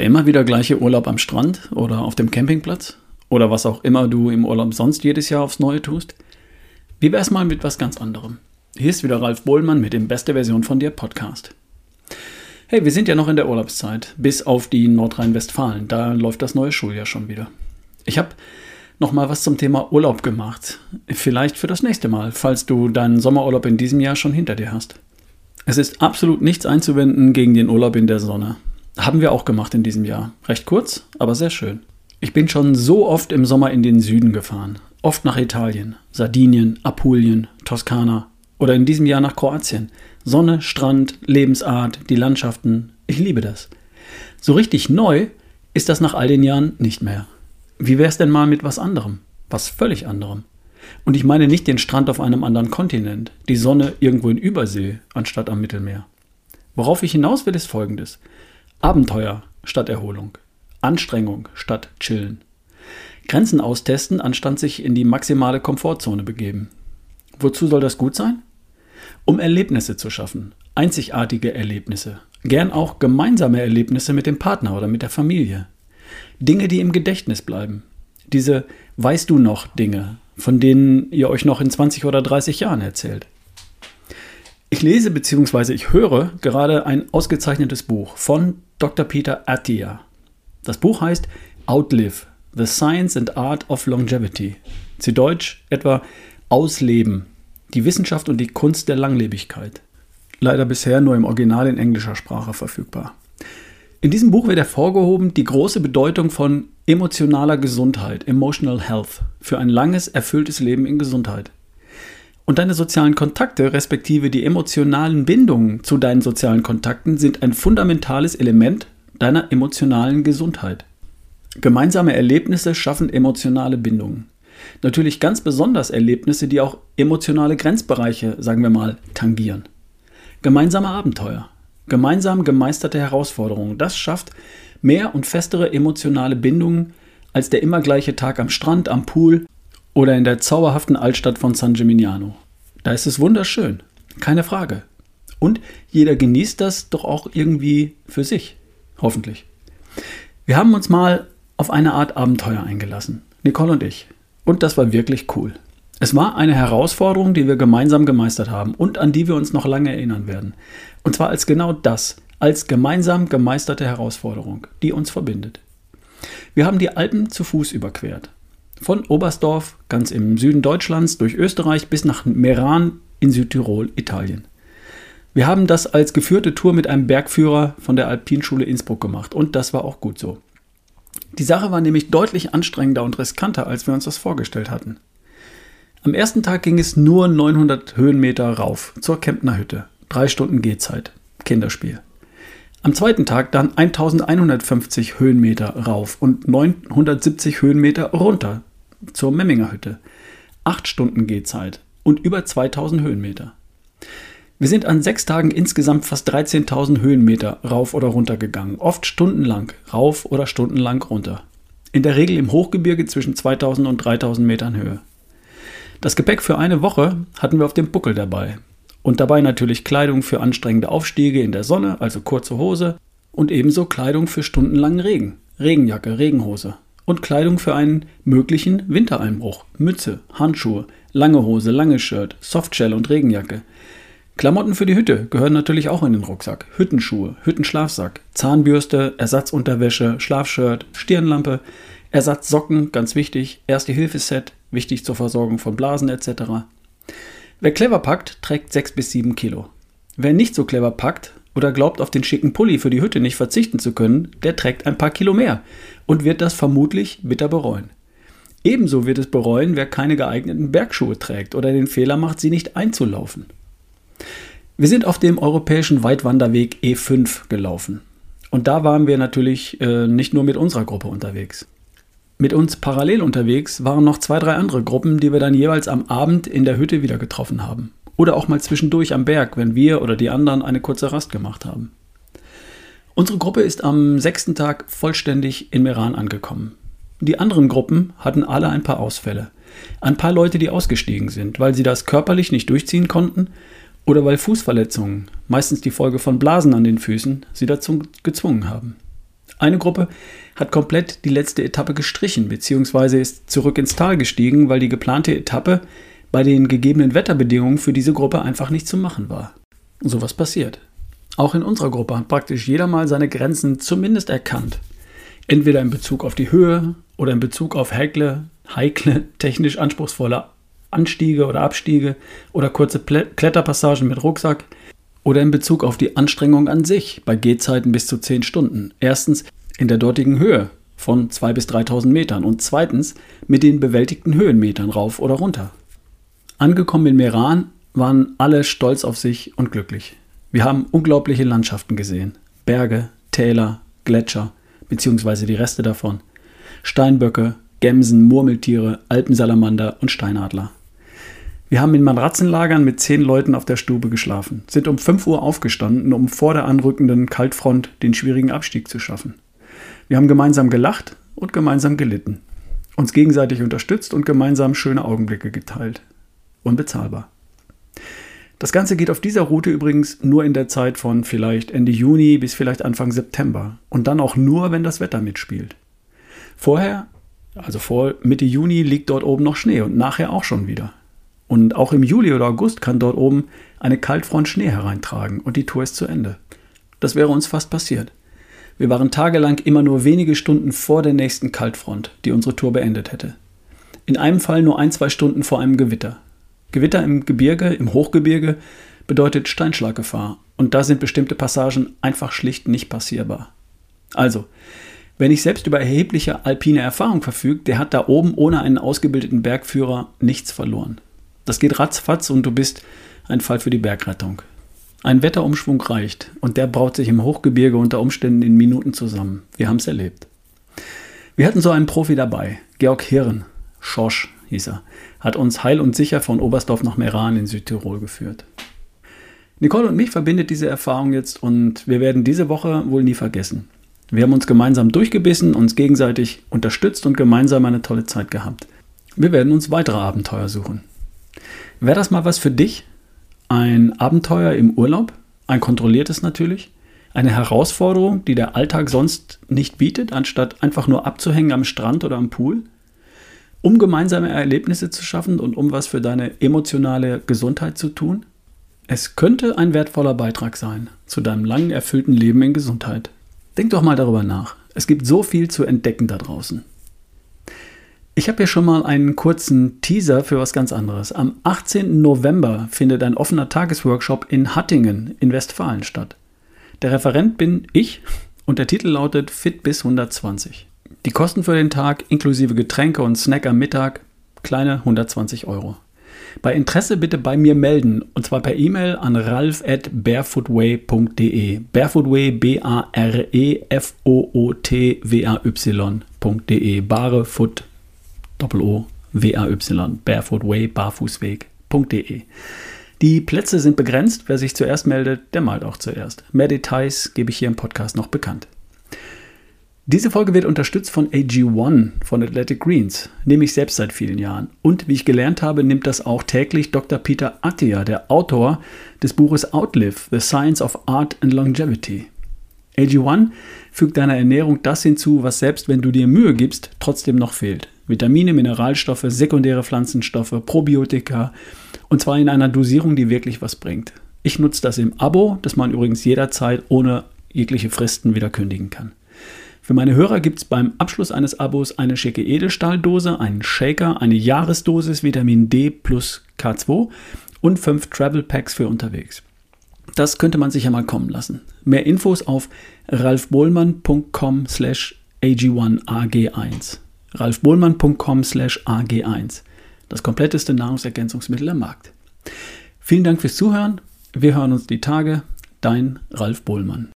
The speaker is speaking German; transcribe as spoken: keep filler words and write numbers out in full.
immer wieder gleiche Urlaub am Strand oder auf dem Campingplatz? Oder was auch immer du im Urlaub sonst jedes Jahr aufs Neue tust? Wie wär's mal mit was ganz anderem? Hier ist wieder Ralf Bohlmann mit dem Beste Version von dir Podcast. Hey, wir sind ja noch in der Urlaubszeit, bis auf die Nordrhein-Westfalen. Da läuft das neue Schuljahr schon wieder. Ich habe noch mal was zum Thema Urlaub gemacht. Vielleicht für das nächste Mal, falls du deinen Sommerurlaub in diesem Jahr schon hinter dir hast. Es ist absolut nichts einzuwenden gegen den Urlaub in der Sonne. Haben wir auch gemacht in diesem Jahr. Recht kurz, aber sehr schön. Ich bin schon so oft im Sommer in den Süden gefahren. Oft nach Italien, Sardinien, Apulien, Toskana oder in diesem Jahr nach Kroatien. Sonne, Strand, Lebensart, die Landschaften. Ich liebe das. So richtig neu ist das nach all den Jahren nicht mehr. Wie wär's denn mal mit was anderem? Was völlig anderem. Und ich meine nicht den Strand auf einem anderen Kontinent, die Sonne irgendwo in Übersee anstatt am Mittelmeer. Worauf ich hinaus will, ist Folgendes. Abenteuer statt Erholung. Anstrengung statt Chillen. Grenzen austesten, anstatt sich in die maximale Komfortzone begeben. Wozu soll das gut sein? Um Erlebnisse zu schaffen. Einzigartige Erlebnisse. Gern auch gemeinsame Erlebnisse mit dem Partner oder mit der Familie. Dinge, die im Gedächtnis bleiben. Diese Weißt-du-noch-Dinge, von denen ihr euch noch in zwanzig oder dreißig Jahren erzählt. Ich lese bzw. ich höre gerade ein ausgezeichnetes Buch von Doktor Peter Attia. Das Buch heißt Outlive, The Science and Art of Longevity. Zu Deutsch etwa Ausleben, die Wissenschaft und die Kunst der Langlebigkeit. Leider bisher nur im Original in englischer Sprache verfügbar. In diesem Buch wird hervorgehoben die große Bedeutung von emotionaler Gesundheit, Emotional Health, für ein langes, erfülltes Leben in Gesundheit. Und deine sozialen Kontakte, respektive die emotionalen Bindungen zu deinen sozialen Kontakten, sind ein fundamentales Element deiner emotionalen Gesundheit. Gemeinsame Erlebnisse schaffen emotionale Bindungen. Natürlich ganz besonders Erlebnisse, die auch emotionale Grenzbereiche, sagen wir mal, tangieren. Gemeinsame Abenteuer, gemeinsam gemeisterte Herausforderungen, das schafft mehr und festere emotionale Bindungen als der immer gleiche Tag am Strand, am Pool oder in der zauberhaften Altstadt von San Gimignano. Da ist es wunderschön, keine Frage. Und jeder genießt das doch auch irgendwie für sich, hoffentlich. Wir haben uns mal auf eine Art Abenteuer eingelassen, Nicole und ich. Und das war wirklich cool. Es war eine Herausforderung, die wir gemeinsam gemeistert haben und an die wir uns noch lange erinnern werden. Und zwar als genau das, als gemeinsam gemeisterte Herausforderung, die uns verbindet. Wir haben die Alpen zu Fuß überquert. Von Oberstdorf, ganz im Süden Deutschlands, durch Österreich bis nach Meran in Südtirol, Italien. Wir haben das als geführte Tour mit einem Bergführer von der Alpinschule Innsbruck gemacht und das war auch gut so. Die Sache war nämlich deutlich anstrengender und riskanter, als wir uns das vorgestellt hatten. Am ersten Tag ging es nur neunhundert Höhenmeter rauf zur Kemptner Hütte. Drei Stunden Gehzeit. Kinderspiel. Am zweiten Tag dann eintausendeinhundertfünfzig Höhenmeter rauf und neunhundertsiebzig Höhenmeter runter zur Memminger Hütte. Acht Stunden Gehzeit und über zweitausend Höhenmeter. Wir sind an sechs Tagen insgesamt fast dreizehntausend Höhenmeter rauf oder runter gegangen. Oft stundenlang rauf oder stundenlang runter. In der Regel im Hochgebirge zwischen zweitausend und dreitausend Metern Höhe. Das Gepäck für eine Woche hatten wir auf dem Buckel dabei. Und dabei natürlich Kleidung für anstrengende Aufstiege in der Sonne, also kurze Hose. Und ebenso Kleidung für stundenlangen Regen. Regenjacke, Regenhose. Und Kleidung für einen möglichen Wintereinbruch. Mütze, Handschuhe, lange Hose, langes Shirt, Softshell und Regenjacke. Klamotten für die Hütte gehören natürlich auch in den Rucksack. Hüttenschuhe, Hüttenschlafsack, Zahnbürste, Ersatzunterwäsche, Schlafshirt, Stirnlampe, Ersatzsocken, ganz wichtig, Erste-Hilfe-Set, wichtig zur Versorgung von Blasen et cetera. Wer clever packt, trägt sechs bis sieben Kilo. Wer nicht so clever packt oder glaubt, auf den schicken Pulli für die Hütte nicht verzichten zu können, der trägt ein paar Kilo mehr und wird das vermutlich bitter bereuen. Ebenso wird es bereuen, wer keine geeigneten Bergschuhe trägt oder den Fehler macht, sie nicht einzulaufen. Wir sind auf dem europäischen Weitwanderweg E fünf gelaufen. Und da waren wir natürlich äh, nicht nur mit unserer Gruppe unterwegs. Mit uns parallel unterwegs waren noch zwei, drei andere Gruppen, die wir dann jeweils am Abend in der Hütte wieder getroffen haben. Oder auch mal zwischendurch am Berg, wenn wir oder die anderen eine kurze Rast gemacht haben. Unsere Gruppe ist am sechsten Tag vollständig in Meran angekommen. Die anderen Gruppen hatten alle ein paar Ausfälle. Ein paar Leute, die ausgestiegen sind, weil sie das körperlich nicht durchziehen konnten oder weil Fußverletzungen, meistens die Folge von Blasen an den Füßen, sie dazu gezwungen haben. Eine Gruppe hat komplett die letzte Etappe gestrichen bzw. ist zurück ins Tal gestiegen, weil die geplante Etappe bei den gegebenen Wetterbedingungen für diese Gruppe einfach nicht zu machen war. Sowas passiert. Auch in unserer Gruppe hat praktisch jeder mal seine Grenzen zumindest erkannt. Entweder in Bezug auf die Höhe oder in Bezug auf heikle, heikle technisch anspruchsvolle Anstiege oder Abstiege oder kurze Kletterpassagen mit Rucksack oder in Bezug auf die Anstrengung an sich bei Gehzeiten bis zu zehn Stunden. Erstens in der dortigen Höhe von zweitausend bis dreitausend Metern und zweitens mit den bewältigten Höhenmetern rauf oder runter. Angekommen in Meran waren alle stolz auf sich und glücklich. Wir haben unglaubliche Landschaften gesehen. Berge, Täler, Gletscher, beziehungsweise die Reste davon. Steinböcke, Gämsen, Murmeltiere, Alpensalamander und Steinadler. Wir haben in Matratzenlagern mit zehn Leuten auf der Stube geschlafen, sind um fünf Uhr aufgestanden, um vor der anrückenden Kaltfront den schwierigen Abstieg zu schaffen. Wir haben gemeinsam gelacht und gemeinsam gelitten, uns gegenseitig unterstützt und gemeinsam schöne Augenblicke geteilt. Unbezahlbar. Das Ganze geht auf dieser Route übrigens nur in der Zeit von vielleicht Ende Juni bis vielleicht Anfang September und dann auch nur, wenn das Wetter mitspielt. Vorher, also vor Mitte Juni, liegt dort oben noch Schnee und nachher auch schon wieder. Und auch im Juli oder August kann dort oben eine Kaltfront Schnee hereintragen und die Tour ist zu Ende. Das wäre uns fast passiert. Wir waren tagelang immer nur wenige Stunden vor der nächsten Kaltfront, die unsere Tour beendet hätte. In einem Fall nur ein, zwei Stunden vor einem Gewitter. Gewitter im Gebirge, im Hochgebirge, bedeutet Steinschlaggefahr und da sind bestimmte Passagen einfach schlicht nicht passierbar. Also, wer nicht selbst über erhebliche alpine Erfahrung verfügt, der hat da oben ohne einen ausgebildeten Bergführer nichts verloren. Das geht ratzfatz und du bist ein Fall für die Bergrettung. Ein Wetterumschwung reicht und der braut sich im Hochgebirge unter Umständen in Minuten zusammen. Wir haben es erlebt. Wir hatten so einen Profi dabei, Georg Hirn, Schorsch hieß er, hat uns heil und sicher von Oberstdorf nach Meran in Südtirol geführt. Nicole und mich verbindet diese Erfahrung jetzt und wir werden diese Woche wohl nie vergessen. Wir haben uns gemeinsam durchgebissen, uns gegenseitig unterstützt und gemeinsam eine tolle Zeit gehabt. Wir werden uns weitere Abenteuer suchen. Wäre das mal was für dich? Ein Abenteuer im Urlaub? Ein kontrolliertes natürlich? Eine Herausforderung, die der Alltag sonst nicht bietet, anstatt einfach nur abzuhängen am Strand oder am Pool? Um gemeinsame Erlebnisse zu schaffen und um was für deine emotionale Gesundheit zu tun? Es könnte ein wertvoller Beitrag sein zu deinem langen, erfüllten Leben in Gesundheit. Denk doch mal darüber nach. Es gibt so viel zu entdecken da draußen. Ich habe hier schon mal einen kurzen Teaser für was ganz anderes. Am achtzehnten November findet ein offener Tagesworkshop in Hattingen in Westfalen statt. Der Referent bin ich und der Titel lautet Fit bis hundertzwanzig. Die Kosten für den Tag inklusive Getränke und Snack am Mittag kleine hundertzwanzig Euro. Bei Interesse bitte bei mir melden und zwar per E-Mail an ralf at barefootway punkt de. Barefootway, B A R E F O O T W A Y punkt de. Barefoot, Doppel-O, W A Y, Barefootway, Barfußweg punkt de. Die Plätze sind begrenzt. Wer sich zuerst meldet, der malt auch zuerst. Mehr Details gebe ich hier im Podcast noch bekannt. Diese Folge wird unterstützt von A G eins von Athletic Greens, nehme ich selbst seit vielen Jahren. Und wie ich gelernt habe, nimmt das auch täglich Doktor Peter Attia, der Autor des Buches Outlive, The Science of Art and Longevity. A G eins fügt deiner Ernährung das hinzu, was selbst wenn du dir Mühe gibst, trotzdem noch fehlt. Vitamine, Mineralstoffe, sekundäre Pflanzenstoffe, Probiotika und zwar in einer Dosierung, die wirklich was bringt. Ich nutze das im Abo, das man übrigens jederzeit ohne jegliche Fristen wieder kündigen kann. Für meine Hörer gibt es beim Abschluss eines Abos eine schicke Edelstahldose, einen Shaker, eine Jahresdosis Vitamin D plus K zwei und fünf Travel Packs für unterwegs. Das könnte man sich ja mal kommen lassen. Mehr Infos auf ralfbohlmann punkt com slash A G eins A G eins. ralfbohlmann punkt com slash A G eins. Das kompletteste Nahrungsergänzungsmittel am Markt. Vielen Dank fürs Zuhören. Wir hören uns die Tage. Dein Ralf Bohlmann.